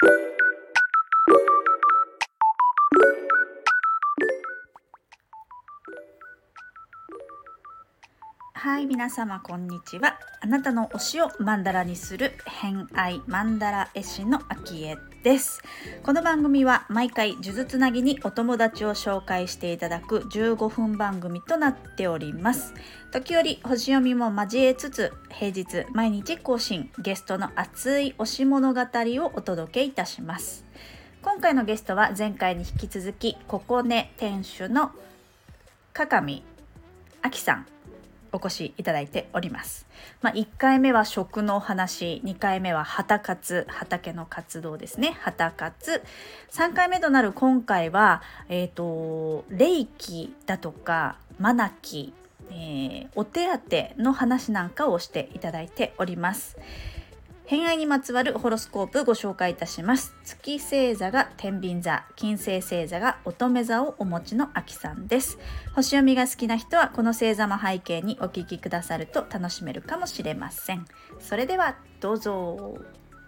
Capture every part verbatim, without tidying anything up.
はい、皆様こんにちは。あなたの推しをマンダラにする偏愛マンダラ絵師のあきえです。この番組は毎回数珠つなぎにお友達を紹介していただくじゅうごふん番組となっております。時折星読みも交えつつ、平日毎日更新、ゲストの熱い推し物語をお届けいたします。今回のゲストは前回に引き続きここね店主の加上あきさんお越しいただいております。まあ、いっかいめは食の話、にかいめは畑活、畑の活動ですね、畑活、さんかいめとなる今回は、えーと、霊気だとかマナキ、えー、お手当の話なんかをしていただいております。偏愛にまつわるホロスコープご紹介いたします。月星座が天秤座、金星星座が乙女座をお持ちのあきさんです。星読みが好きな人はこの星座も背景にお聞きくださると楽しめるかもしれません。それではどうぞ。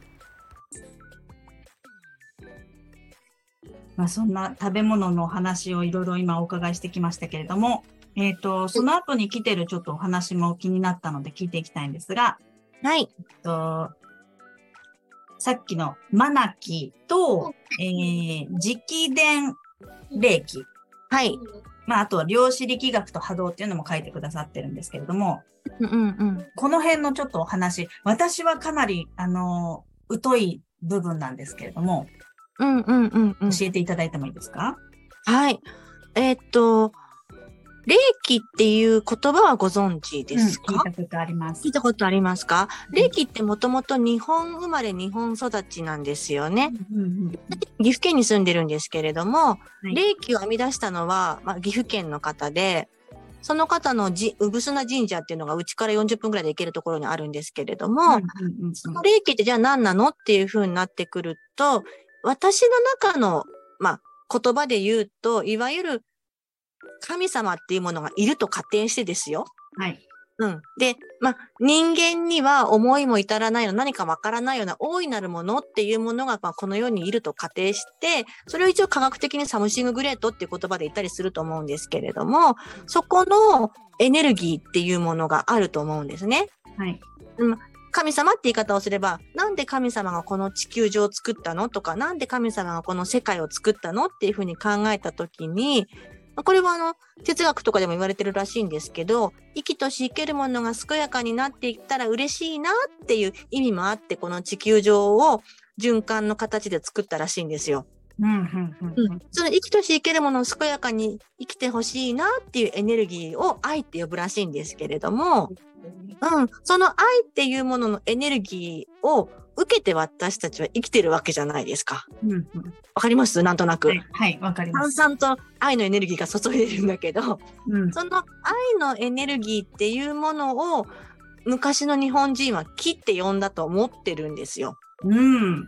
まあ、そんな食べ物の話をいろいろ今お伺いしてきましたけれども、えっと、その後に来てるちょっとお話も気になったので聞いていきたいんですが、 はい。 えっとさっきのマナキと、えー、直伝霊気。 はい。 まあ、あとは量子力学と波動っていうのも書いてくださってるんですけれども、 うんうんうん、 この辺のちょっとお話、私はかなり、あの、疎い部分なんですけれども、 うんうんうんうん、 教えていただいてもいいですか？ はい。えー、っと、霊気っていう言葉はご存知ですか？ うん、聞いたことあります。 聞いたことありますか？霊気ってもともと日本生まれ日本育ちなんですよね、 うんうん、 岐阜県に住んでるんですけれども、はい、霊気を編み出したのは、まあ、岐阜県の方で、その方のじ産砂神社っていうのがうちからよんじゅっぷんぐらいで行けるところにあるんですけれども、うんうんうん、その霊気ってじゃあ何なのっていう風になってくると、私の中の、まあ、言葉で言うと、いわゆる神様っていうものがいると仮定してですよ。 はい。 うん。で、まあ、人間には思いも至らないような何かわからないような大いなるものっていうものが、まあ、この世にいると仮定して、それを一応科学的にサムシンググレートっていう言葉で言ったりすると思うんですけれども、そこのエネルギーっていうものがあると思うんですね。 はい。 うん、神様って言い方をすれば、なんで神様がこの地球上を作ったのとか、なんで神様がこの世界を作ったのっていうふうに考えたときに、これはあの哲学とかでも言われてるらしいんですけど、生きとし生けるものが健やかになっていったら嬉しいなっていう意味もあって、この地球上を循環の形で作ったらしいんですよ。 うんうんうんうん、 その生きとし生けるものを健やかに生きてほしいなっていうエネルギーを愛って呼ぶらしいんですけれども、うん、その愛っていうもののエネルギーを受けて私たちは生きてるわけじゃないですか。 うんうん、 わかります？なんとなく。 はい、はい、わかります。 さんさんと愛のエネルギーが注いでるんだけど、うん、その愛のエネルギーっていうものを昔の日本人は気って呼んだと思ってるんですよ。 うん。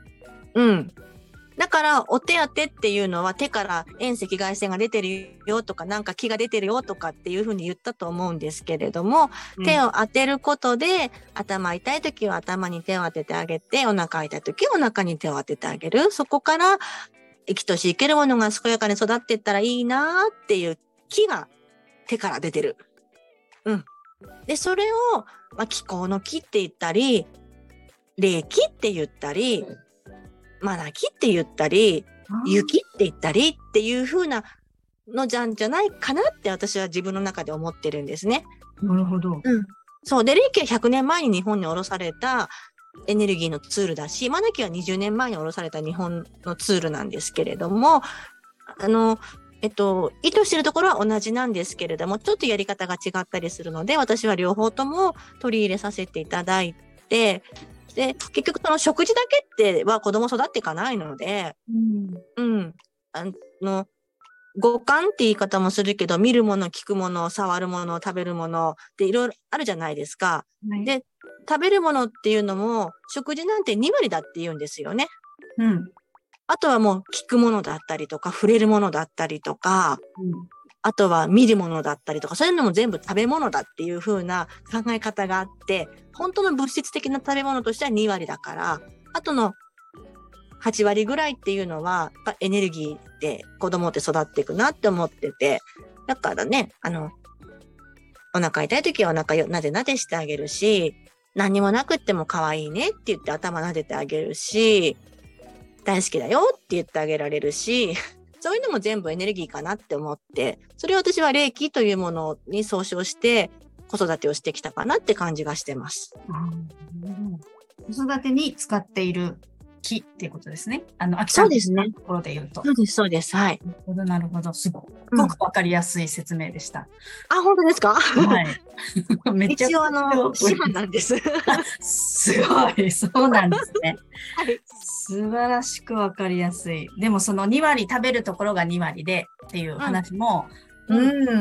うん。だから、お手当っていうのは手から遠赤外線が出てるよとか、なんか気が出てるよとかっていうふうに言ったと思うんですけれども、うん、手を当てることで、頭痛いときは頭に手を当ててあげて、お腹痛いときはお腹に手を当ててあげる。そこから、生きとし生けるものが健やかに育っていったらいいなっていう気が手から出てる。うん。で、それを、まあ、気候の気って言ったり、霊気って言ったり、マナキって言ったり、雪って言ったりっていう風なのじゃんじゃないかなって私は自分の中で思ってるんですね。 なるほど。 うん。そう。で、霊気はひゃくねんまえに日本に下ろされたエネルギーのツールだし、マナキはにじゅうねんまえに下ろされた日本のツールなんですけれども、あの、えっと、意図しているところは同じなんですけれども、ちょっとやり方が違ったりするので、私は両方とも取り入れさせていただいて、で、結局その食事だけっては子供育っていかないので、うん。うん。あの、五感って言い方もするけど、見るもの、聞くもの、触るもの、食べるものっていろいろあるじゃないですか。はい、で、食べるものっていうのも、食事なんてにわりだって言うんですよね。 うん。 あとはもう聞くものだったりとか、触れるものだったりとか、 うん、 あとは見るものだったりとか、そういうのも全部食べ物だっていう風な考え方があって、本当の物質的な食べ物としてはにわりだから、あとのはちわりぐらいっていうのは、やっぱエネルギーで子供って育っていくなって思ってて、だからね、あの、お腹痛い時はお腹よなでなでしてあげるし、何にもなくっても可愛いねって言って頭なでてあげるし、大好きだよって言ってあげられるし、そういうのも全部エネルギーかなって思って、それを私は霊気というものに総称して子育てをしてきたかなって感じがしてます。 子育てに使っている木っていうことですね。あの、秋さんのところで言うと。 そうです、そうです。はい。 なるほど、なるほど。すごくわかりやすい説明でした。 うん、あ、本当ですか？はい。 めっちゃ一応、あの、師範なんです。 すごい、そうなんですね。はい。素晴らしくわかりやすい。でも、そのにわり食べるところがにわりでっていう話も、うん、うん、うん、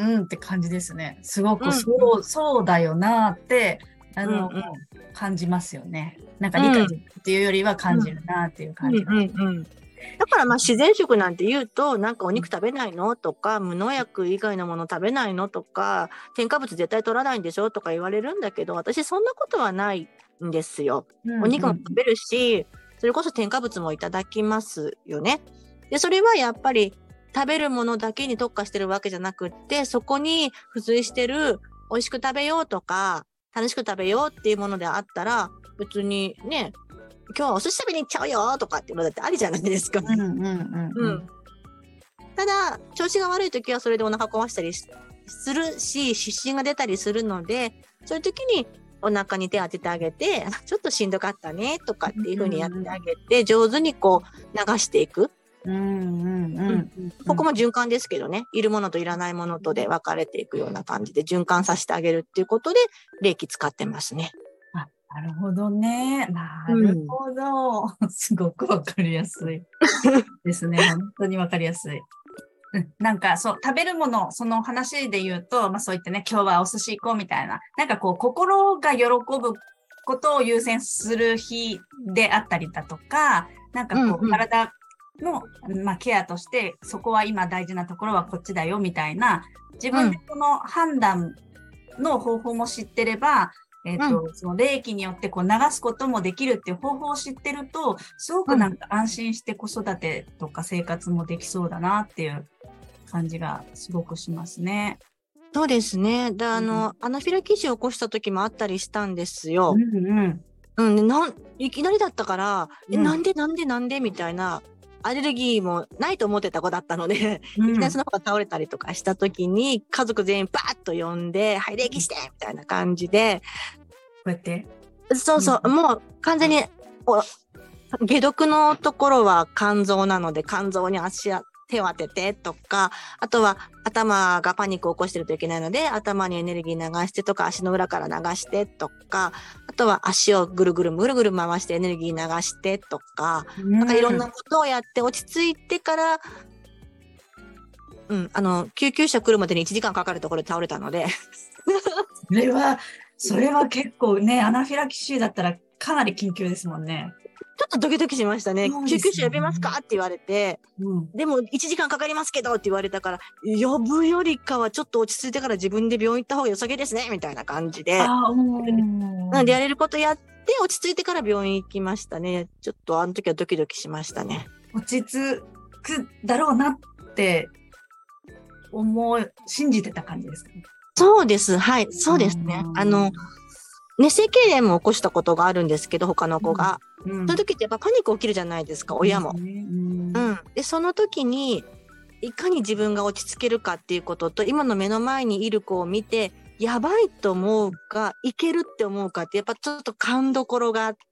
うんって感じですね。すごく、そう、うん、そうだよなって、あの、うんうん、感じますよね。なんか理解っていうよりは感じるなっていう感じ。 うんうんうん、だからまあ自然食なんて言うと、なんかお肉食べないのとか、無農薬以外のもの食べないのとか、添加物絶対取らないんでしょとか言われるんだけど、私そんなことはないんですよ。うんうん、お肉も食べるし、それこそ添加物もいただきますよね。で、それはやっぱり食べるものだけに特化してるわけじゃなくって、そこに付随してる美味しく食べようとか、楽しく食べようっていうものであったら、別にね、今日はお寿司食べに行っちゃうよとかっていうのだってありじゃないですか。うんうんうんうん、ただ、調子が悪い時はそれでお腹壊したりするし、湿疹が出たりするので、そういう時にお腹に手を当ててあげて、ちょっとしんどかったねとかっていう風にやってあげて、上手にこう流していく。うんうんうんうん、ここも循環ですけどね、いるものといらないものとで分かれていくような感じで循環させてあげるっていうことで霊気使ってますね。 あ、なるほどね。なるほど。うん、すごく分かりやすいですね。本当に分かりやすい。うん、なんかそう、食べるもの、その話で言うと、まあそう言ってね、今日はお寿司行こうみたいな、なんかこう、心が喜ぶことを優先する日であったりだとか、なんかこう、うんうん、体の、まあ、ケアとして、そこは今大事なところはこっちだよみたいな、自分でこの判断の方法も知ってれば、うん、えっと、うん、その霊気によってこう流すこともできるっていう方法を知ってると、すごくなんか安心して子育てとか生活もできそうだなっていう感じがすごくしますね。 そうですね。で、あの、うん、アナフィラキシーを起こした時もあったりしたんですよ。 うんうん。 うん、なんいきなりだったから、うん、え、なんでなんでなんでみたいな、アレルギーもないと思ってた子だったので、うん、いきなりその子が倒れたりとかした時に、家族全員バーッと呼んで、はい、礼儀してみたいな感じで。 こうやってそうそう、うん、もう完全に、お解毒のところは肝臓なので、肝臓に足や手を当ててとか、あとは頭がパニックを起こしてるといけないので、頭にエネルギー流してとか、足の裏から流してとか、あとは足をぐるぐるぐるぐる回してエネルギー流してとか、うん、なんかいろんなことをやって落ち着いてから、うん、あの、救急車来るまでにいちじかんかかるところで倒れたので。 それは、それは結構ね、アナフィラキシーだったらかなり緊急ですもんね。 ちょっとドキドキしましたね。救急車呼びますかって言われて、うん、でもいちじかんかかりますけどって言われたから、呼ぶよりかはちょっと落ち着いてから自分で病院行った方が良さげですね、みたいな感じで。なのでやれることやって落ち着いてから病院行きましたね。ちょっとあの時はドキドキしましたね。 落ち着くだろうなって思う、信じてた感じですかね。 そうです。はい。そうですね。あの、熱性痙攣も起こしたことがあるんですけど、他の子が。うんうん、その時ってやっぱパニック起きるじゃないですか、親も。うん、うん。で、その時に、いかに自分が落ち着けるかっていうことと、今の目の前にいる子を見て、やばいと思うか、いけるって思うかって、やっぱちょっと勘どころがあって。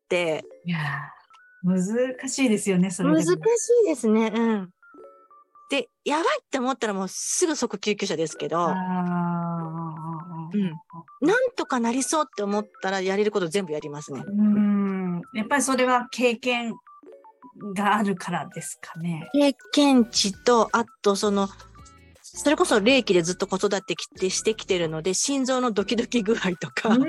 いやー、難しいですよね、それ。 難しいですね。うん。で、やばいって思ったらもうすぐ即救急車ですけど。あうん、なんとかなりそうって思ったらやれること全部やりますね。 うーん、やっぱりそれは経験があるからですかね。 経験値と、あとその、それこそ霊気でずっと子育てきてしてきてるので、心臓のドキドキ具合とか、うんうん、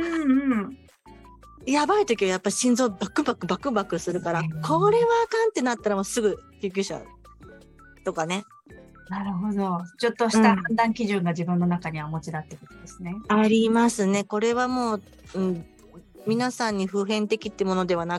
やばい時はやっぱり心臓バクバクバクバクするから、うん、これはあかんってなったらもうすぐ救急車とかね。 なるほど。ちょっとした判断基準が自分の中にはお持ちだってことですね。 うん、ありますね。これはもう、うん、皆さんに普遍的ってものではなくっ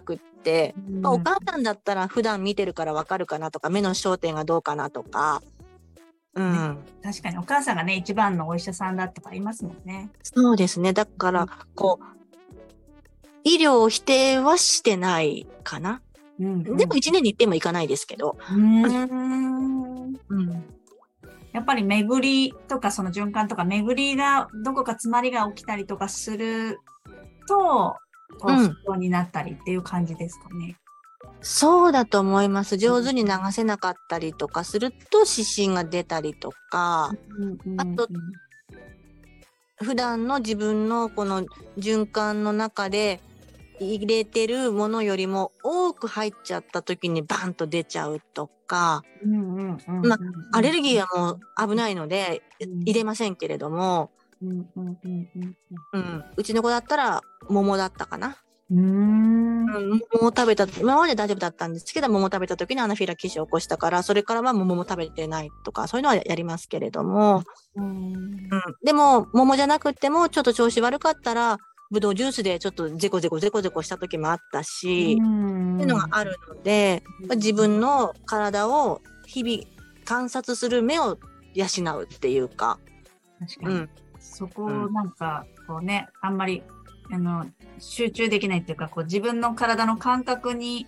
て、 うんまあ、お母さんだったら普段見てるからわかるかなとか、目の焦点がどうかなとか、うん、 確かにお母さんがね、一番のお医者さんだとか言いますもんね。 そうですね。だから、こう、医療を否定はしてないかな。 うんうん、 でも一年に一遍も行かないですけど。 うーんうん、 やっぱり巡りとかその循環とか巡りがどこか詰まりが起きたりとかすると、こううん不調になったりっていう感じですかね。 そうだと思います。上手に流せなかったりとかすると湿疹が出たりとか、 うんうん、 あと普段の自分のこの循環の中で入れてるものよりも多く入っちゃった時にバンと出ちゃうとか、 うんうんうんうん、 まあ、アレルギーはもう危ないので入れませんけれども、 うんうんうんうんうん、うちの子だったら桃だったかな。 うーん、 うん、桃を食べた、今まで大丈夫だったんですけど、桃を食べた時にアナフィラキシーを起こしたから、それからは桃も食べてないとか、そういうのはやりますけれども、 うんうん、でも、桃じゃなくても、ちょっと調子悪かったら、ぶどうジュースでちょっとゼコゼコゼコゼコした時もあったし、 うんっていうのがあるので、まあ、自分の体を日々観察する目を養うっていうか、 確かに、 うん、 そこをなんかこうね、あんまりあの集中できないっていうか、こう自分の体の感覚に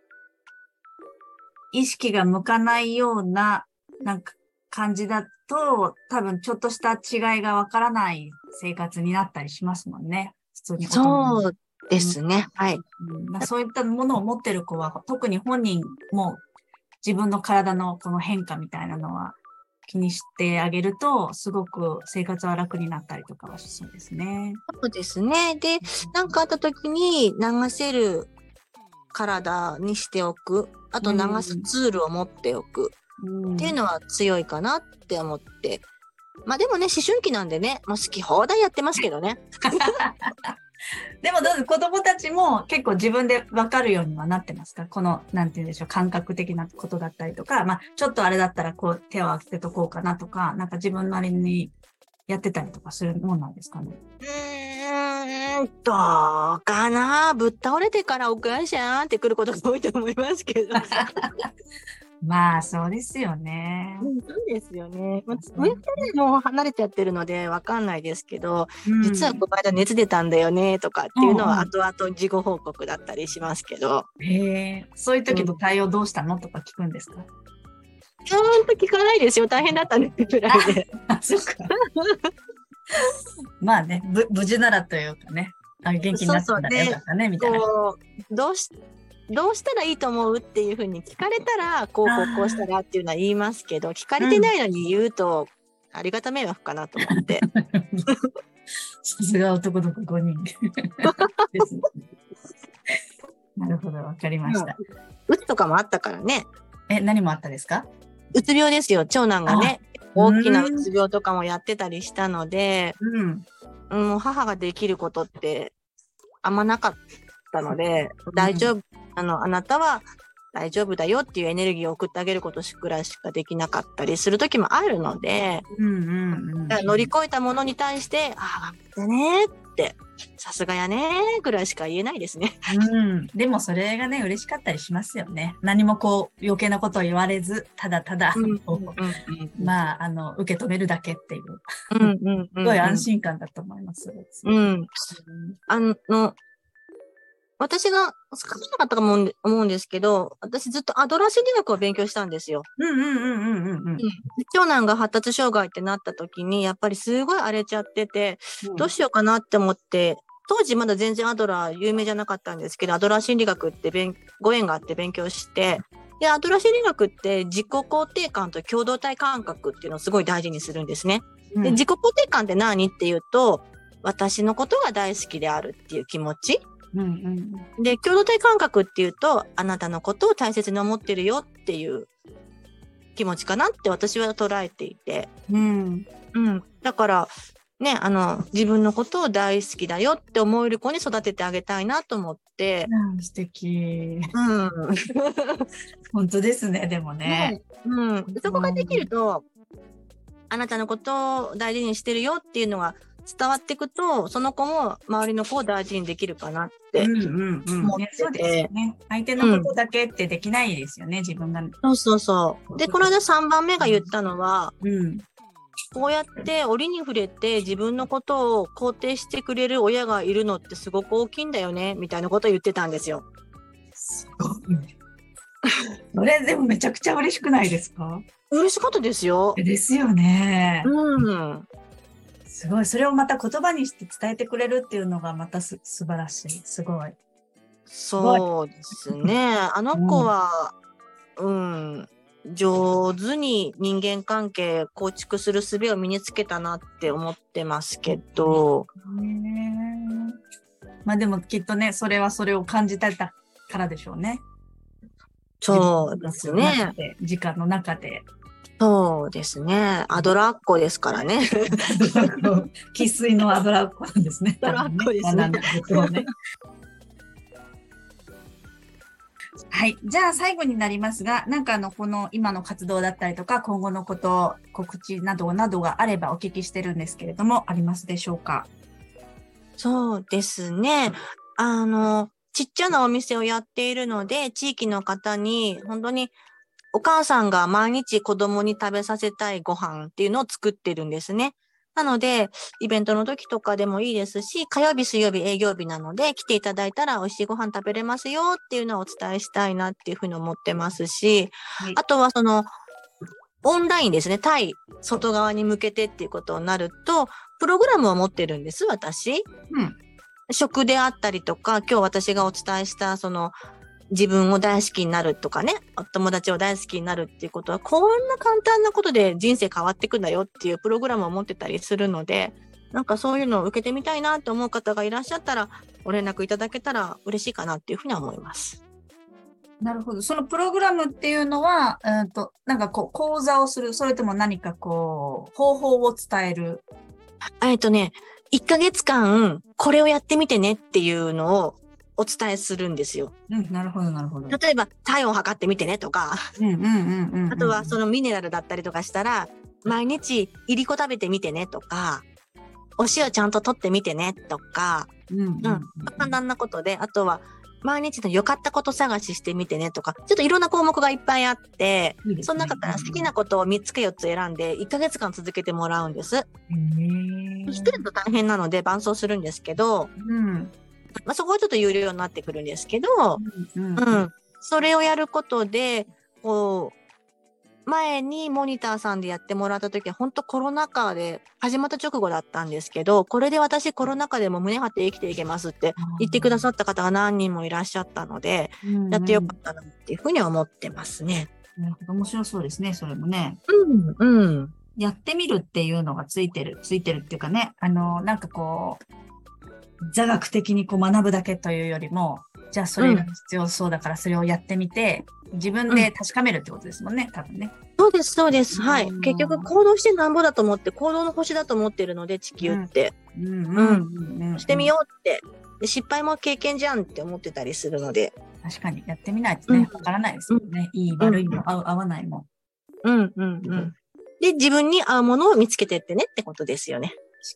意識が向かないようななんか感じだと、多分ちょっとした違いがわからない生活になったりしますもんね。普通に。 そうですね。 うん、 はい、 うん。そういったものを持ってる子は、特に本人も自分の体のこの変化みたいなのは気にしてあげると、すごく生活は楽になったりとかはしそうですね。 そうですね。で、なんかあった時に流せる体にしておく。あと流すツールを持っておく。っていうのは強いかなって思って。まあでもね、思春期なんでね、もう好き放題やってますけどね。 でもどうぞ子供たちも結構自分で分かるようにはなってますか？この、なんて言うんでしょう、感覚的なことだったりとか、まあちょっとあれだったらこう手を開けてとこうかなとか、なんか自分なりにやってたりとかするもんなんですかね？ うーん、どうかな。ぶっ倒れてからお母さんって来ることが多いと思いますけど。 まあ、そうですよね。 うん、そうですよね。まあ、上からもう離れちゃってるのでわかんないですけど、 うん、 実はこの間熱出たんだよねとかっていうのは後々事後報告だったりしますけど。 へえ、そういう時の対応どうしたのとか聞くんですか？ ちゃんと聞かないですよ。大変だったねぐらいで。 あ、そっか。まあね、ぶ無事ならというかね、あ、元気になったんだらよかったね、みたいな。 こうどうしどうしたらいいと思うっていうふうに聞かれたら、こうこうこうしたらっていうのは言いますけど、聞かれてないのに言うと、うん、ありがた迷惑かなと思って。 さすが男の子ごにんです、ね。なるほど、わかりました。 うつとかもあったからね。 え、何もあったですか？ うつ病ですよ。長男がね、大きなうつ病とかもやってたりしたので、うん、もう母ができることってあんまなかったので、うん、大丈夫。あの、あなたは大丈夫だよっていうエネルギーを送ってあげることくらいしかできなかったりする時もあるので、うんうんうん、乗り越えたものに対して、ああ、頑張ってねって、さすがやねぐらいしか言えないですね。 うん。でもそれがね、嬉しかったりしますよね。何もこう、余計なことを言われず、ただただ、うんうんうん、まあ、あの、受け止めるだけっていう、うんうんうんうん、すごい安心感だと思います。 うん。あの、私が少なかったかも思うんですけど、私ずっとアドラー心理学を勉強したんですよ。 うんうんうんうんうん。 長男が発達障害ってなった時に、やっぱりすごい荒れちゃってて、うん、どうしようかなって思って、当時まだ全然アドラー有名じゃなかったんですけど、アドラー心理学って勉ご縁があって勉強して、で、アドラー心理学って自己肯定感と共同体感覚っていうのをすごい大事にするんですね。うん、で、自己肯定感って何っていうと、私のことが大好きであるっていう気持ち。うんうん、で、共同体感覚っていうと、あなたのことを大切に思ってるよっていう気持ちかなって私は捉えていて。うん。うん。だから、ね、あの、自分のことを大好きだよって思える子に育ててあげたいなと思って。 うん、素敵。 うん。 本当ですね、でもね。 うん。うん、そこができると、あなたのことを大事にしてるよっていうのが伝わっていくと、その子も周りの子を大事にできるかなってうんうんうん。 思ってて、 そうですよね。相手のことだけってできないですよね、自分が。 そうそうそう。で、この間さんばんめが言ったのは、 うん。 こうやって折に触れて自分のことを肯定してくれる親がいるのってすごく大きいんだよね、みたいなことを言ってたんですよ。 すごい。それでもめちゃくちゃ嬉しくないですか？ 嬉しかったですよ。 ですよね。 うん。 すごい。それをまた言葉にして伝えてくれるっていうのがまたす素晴らしい。すごい。 そうですね。あの子は、うん、うん、上手に人間関係構築する術を身につけたなって思ってますけど。 ね、まあでもきっとね、それはそれを感じたからでしょうね。 そうですね。 時間の中で。 そうですね。アドラーっ子ですからね。 生粋のアドラーっ子なんですね。 アドラーっ子ですね。 ねはい。じゃあ最後になりますが、なんかあの、この今の活動だったりとか、今後のこと、告知などなどがあればお聞きしてるんですけれども、ありますでしょうか？ そうですね。あの、ちっちゃなお店をやっているので、地域の方に本当にお母さんが毎日子供に食べさせたいご飯っていうのを作ってるんですね。なので、イベントの時とかでもいいですし、火曜日、水曜日営業日なので、来ていただいたら美味しいご飯食べれますよっていうのをお伝えしたいなっていうふうに思ってますし、はい、あとはその、オンラインですね、対外側に向けてっていうことになると、プログラムを持ってるんです、私。うん。食であったりとか、今日私がお伝えした、その、自分を大好きになるとかね、お友達を大好きになるっていうことは、こんな簡単なことで人生変わっていくんだよっていうプログラムを持ってたりするので、なんかそういうのを受けてみたいなと思う方がいらっしゃったら、ご連絡いただけたら嬉しいかなっていうふうには思います。 なるほど。そのプログラムっていうのは、うんと、なんかこう、講座をする、それとも何かこう、方法を伝える？ えっとね、いっかげつかん、これをやってみてねっていうのを、お伝えするんですよ。 うん、なるほど、なるほど。 例えば、体温を測ってみてねとか、 うんうんうんうん、うん。 あとは、そのミネラルだったりとかしたら、毎日、いりこ食べてみてねとか、お塩ちゃんと取ってみてねとか、うんうんうんうん、簡単なことで、あとは、毎日の良かったこと探ししてみてねとか、ちょっといろんな項目がいっぱいあって、いいですね、その中から好きなことをみっつかよっつ選んで、いっかげつかん続けてもらうんです。へー。一人だと大変なので伴走するんですけど、うん、まあ、そこはちょっと有料になってくるんですけど、うんうんうん、それをやることで、こう、前にモニターさんでやってもらった時は、本当コロナ禍で始まった直後だったんですけど、これで私コロナ禍でも胸張って生きていけますって言ってくださった方が何人もいらっしゃったので、うんうん、やってよかったなっていうふうには思ってますね。 なるほど、面白そうですね、それもね。 うん、うん。 やってみるっていうのがついてる、ついてるっていうかね、あの、なんかこう、座学的にこう学ぶだけというよりも、じゃあそれが必要そうだからそれをやってみて、うん、自分で確かめるってことですもんね、多分ね。 そうです、そうです。はい。結局行動してなんぼだと思って、行動の星だと思ってるので、地球って。うん。うん。うん。してみようって。で、失敗も経験じゃんって思ってたりするので。 確かに、やってみないとね、わ、うん、からないですもんね。いい、悪いも、合う、合わないも。 うん、うん、うん。で、自分に合うものを見つけてってねってことですよね。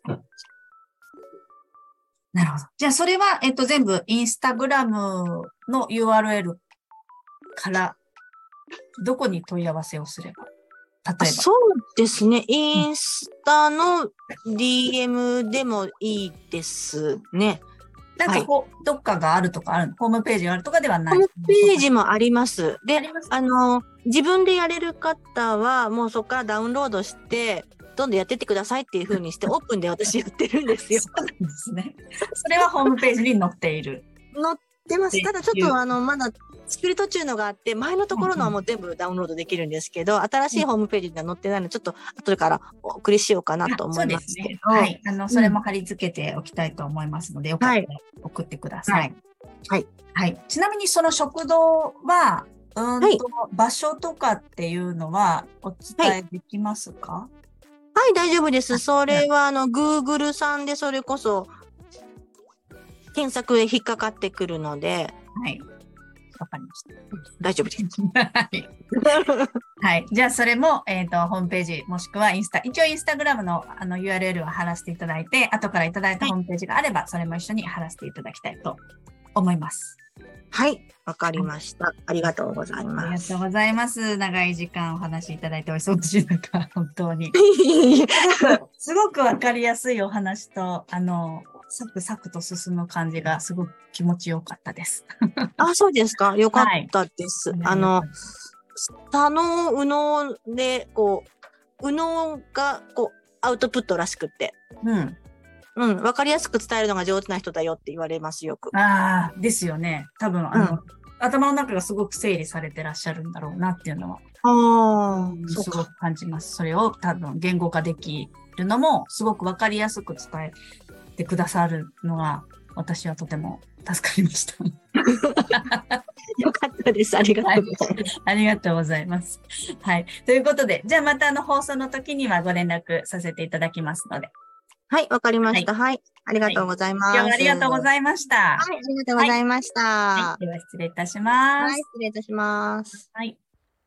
なるほど。じゃあ、それは、えっと、全部、インスタグラムの ユーアールエル から、どこに問い合わせをすれば？例えば。 そうですね。インスタの ディーエム でもいいですね。 なんかこう、はい、どっかがあるとかある、ホームページがあるとかではない？ ホームページもあります。で、あの、自分でやれる方は、もうそこからダウンロードして、どんどんやってってくださいっていう風にして、オープンで私やってるんですよ。 そうなんですね。それはホームページに載っている。 載ってます。ただちょっとあの、まだ作り途中のがあって、前のところのはもう全部ダウンロードできるんですけど、うんうん、新しいホームページには載ってないので、ちょっと後からお送りしようかなと思いますけど。ね、 はい。あの、それも貼り付けておきたいと思いますので、うん、よかったら送ってください。はい。 はい。 はい、ちなみにその食堂は、うんと、はい、場所とかっていうのはお伝えできますか？はいはい、大丈夫です。それは、あの、Google さんでそれこそ、検索で引っかかってくるので。 はい。わかりました。 大丈夫です。 はい。 はい。じゃあ、それも、えっ、と、ホームページ、もしくはインスタ、一応インスタグラムのあの ユーアールエル を貼らせていただいて、後からいただいたはいホームページがあれば、それも一緒に貼らせていただきたいと思います。 はい。わかりました。ありがとうございあります。 がとうございます。長い時間お話しいただいてお忙しい中、本当に。すごく、すごくわかりやすいお話と、あの、サクサクと進む感じがすごく気持ちよかったです。 あ、そうですか。よかったです。 はいあの、左脳、右脳で、こう、右脳が、こう、アウトプットらしくって。 うん。 うん。わかりやすく伝えるのが上手な人だよって言われます、よく。 ああ、ですよね。多分、あの、 うん頭の中がすごく整理されてらっしゃるんだろうなっていうのは、 ああ、 うんそうか。 すごく感じます。それを多分言語化できるのも、すごくわかりやすく伝えてくださるのが、私はとても助かりました。 よかったです。ありがとうございます。 ありがとうございます。はい。ということで、じゃあまたあの放送の時にはご連絡させていただきますので。 はい、わかりました。はい。ありがとうございます。 今日はありがとうございました。 はい、ありがとうございました。 はい。では失礼いたしまはい、 す。 失礼いたします。 はい。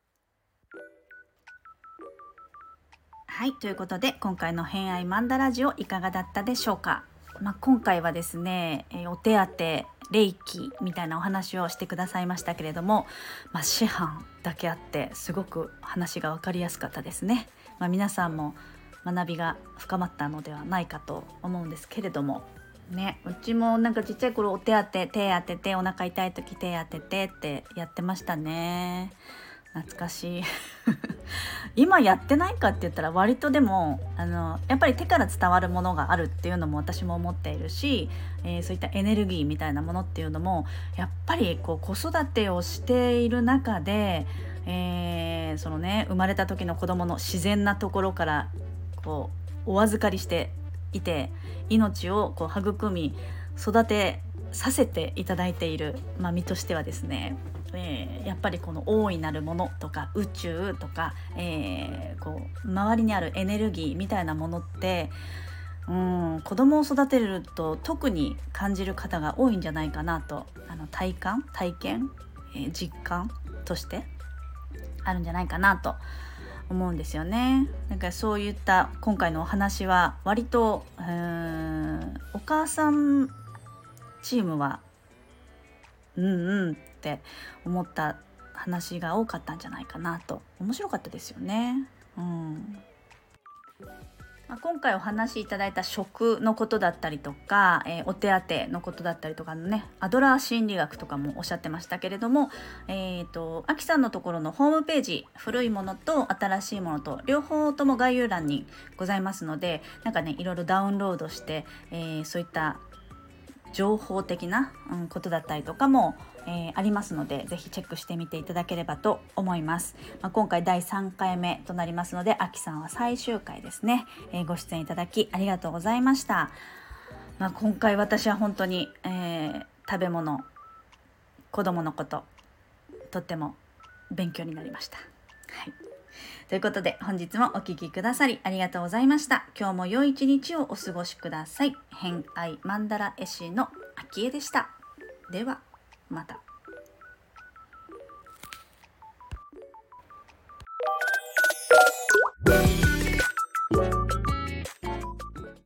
はい、ということで今回の偏愛マンダラジオいかがだったでしょうか。まあ、今回はですね、えーお手当、霊気みたいなお話をしてくださいましたけれども、まあ、師範だけあってすごく話が分かりやすかったですね。まあ、皆さんも学びが深まったのではないかと思うんですけれどもね、うちもなんかちっちゃい頃お手当手当ててお腹痛い時手当ててってやってましたね。懐かしい今やってないかって言ったら割とでもあのやっぱり手から伝わるものがあるっていうのも私も思っているし、えーそういったエネルギーみたいなものっていうのもやっぱりこう子育てをしている中で、えーそのね生まれた時の子供の自然なところからこうお預かりしていて命をこう育み育てさせていただいている、まあ、身としてはですね、えーやっぱりこの大いなるものとか宇宙とか、えーこう周りにあるエネルギーみたいなものってうん子供を育てると特に感じる方が多いんじゃないかなとあの体感体験、えー実感としてあるんじゃないかなと思うんですよね。なんかそういった今回のお話は割とうーんお母さんチームはうんうんって思った話が多かったんじゃないかなと。面白かったですよね。うんまあ、今回お話しいただいた食のことだったりとか、えーお手当のことだったりとかのねアドラー心理学とかもおっしゃってましたけれども、えーとアキさんのところのホームページ古いものと新しいものと両方とも概要欄にございますのでなんかねいろいろダウンロードして、えーそういった情報的な、うん、ことだったりとかも、えーありますのでぜひチェックしてみていただければと思います。まあ、今回だいさんかいめとなりますのであきさんは最終回ですね、えーご出演いただきありがとうございました。まあ、今回私は本当に、えー食べ物子供のこととっても勉強になりました。はいということで本日もお聞きくださりありがとうございました。今日も良い一日をお過ごしください。偏愛マンダラ絵師のあきえでした。ではまた。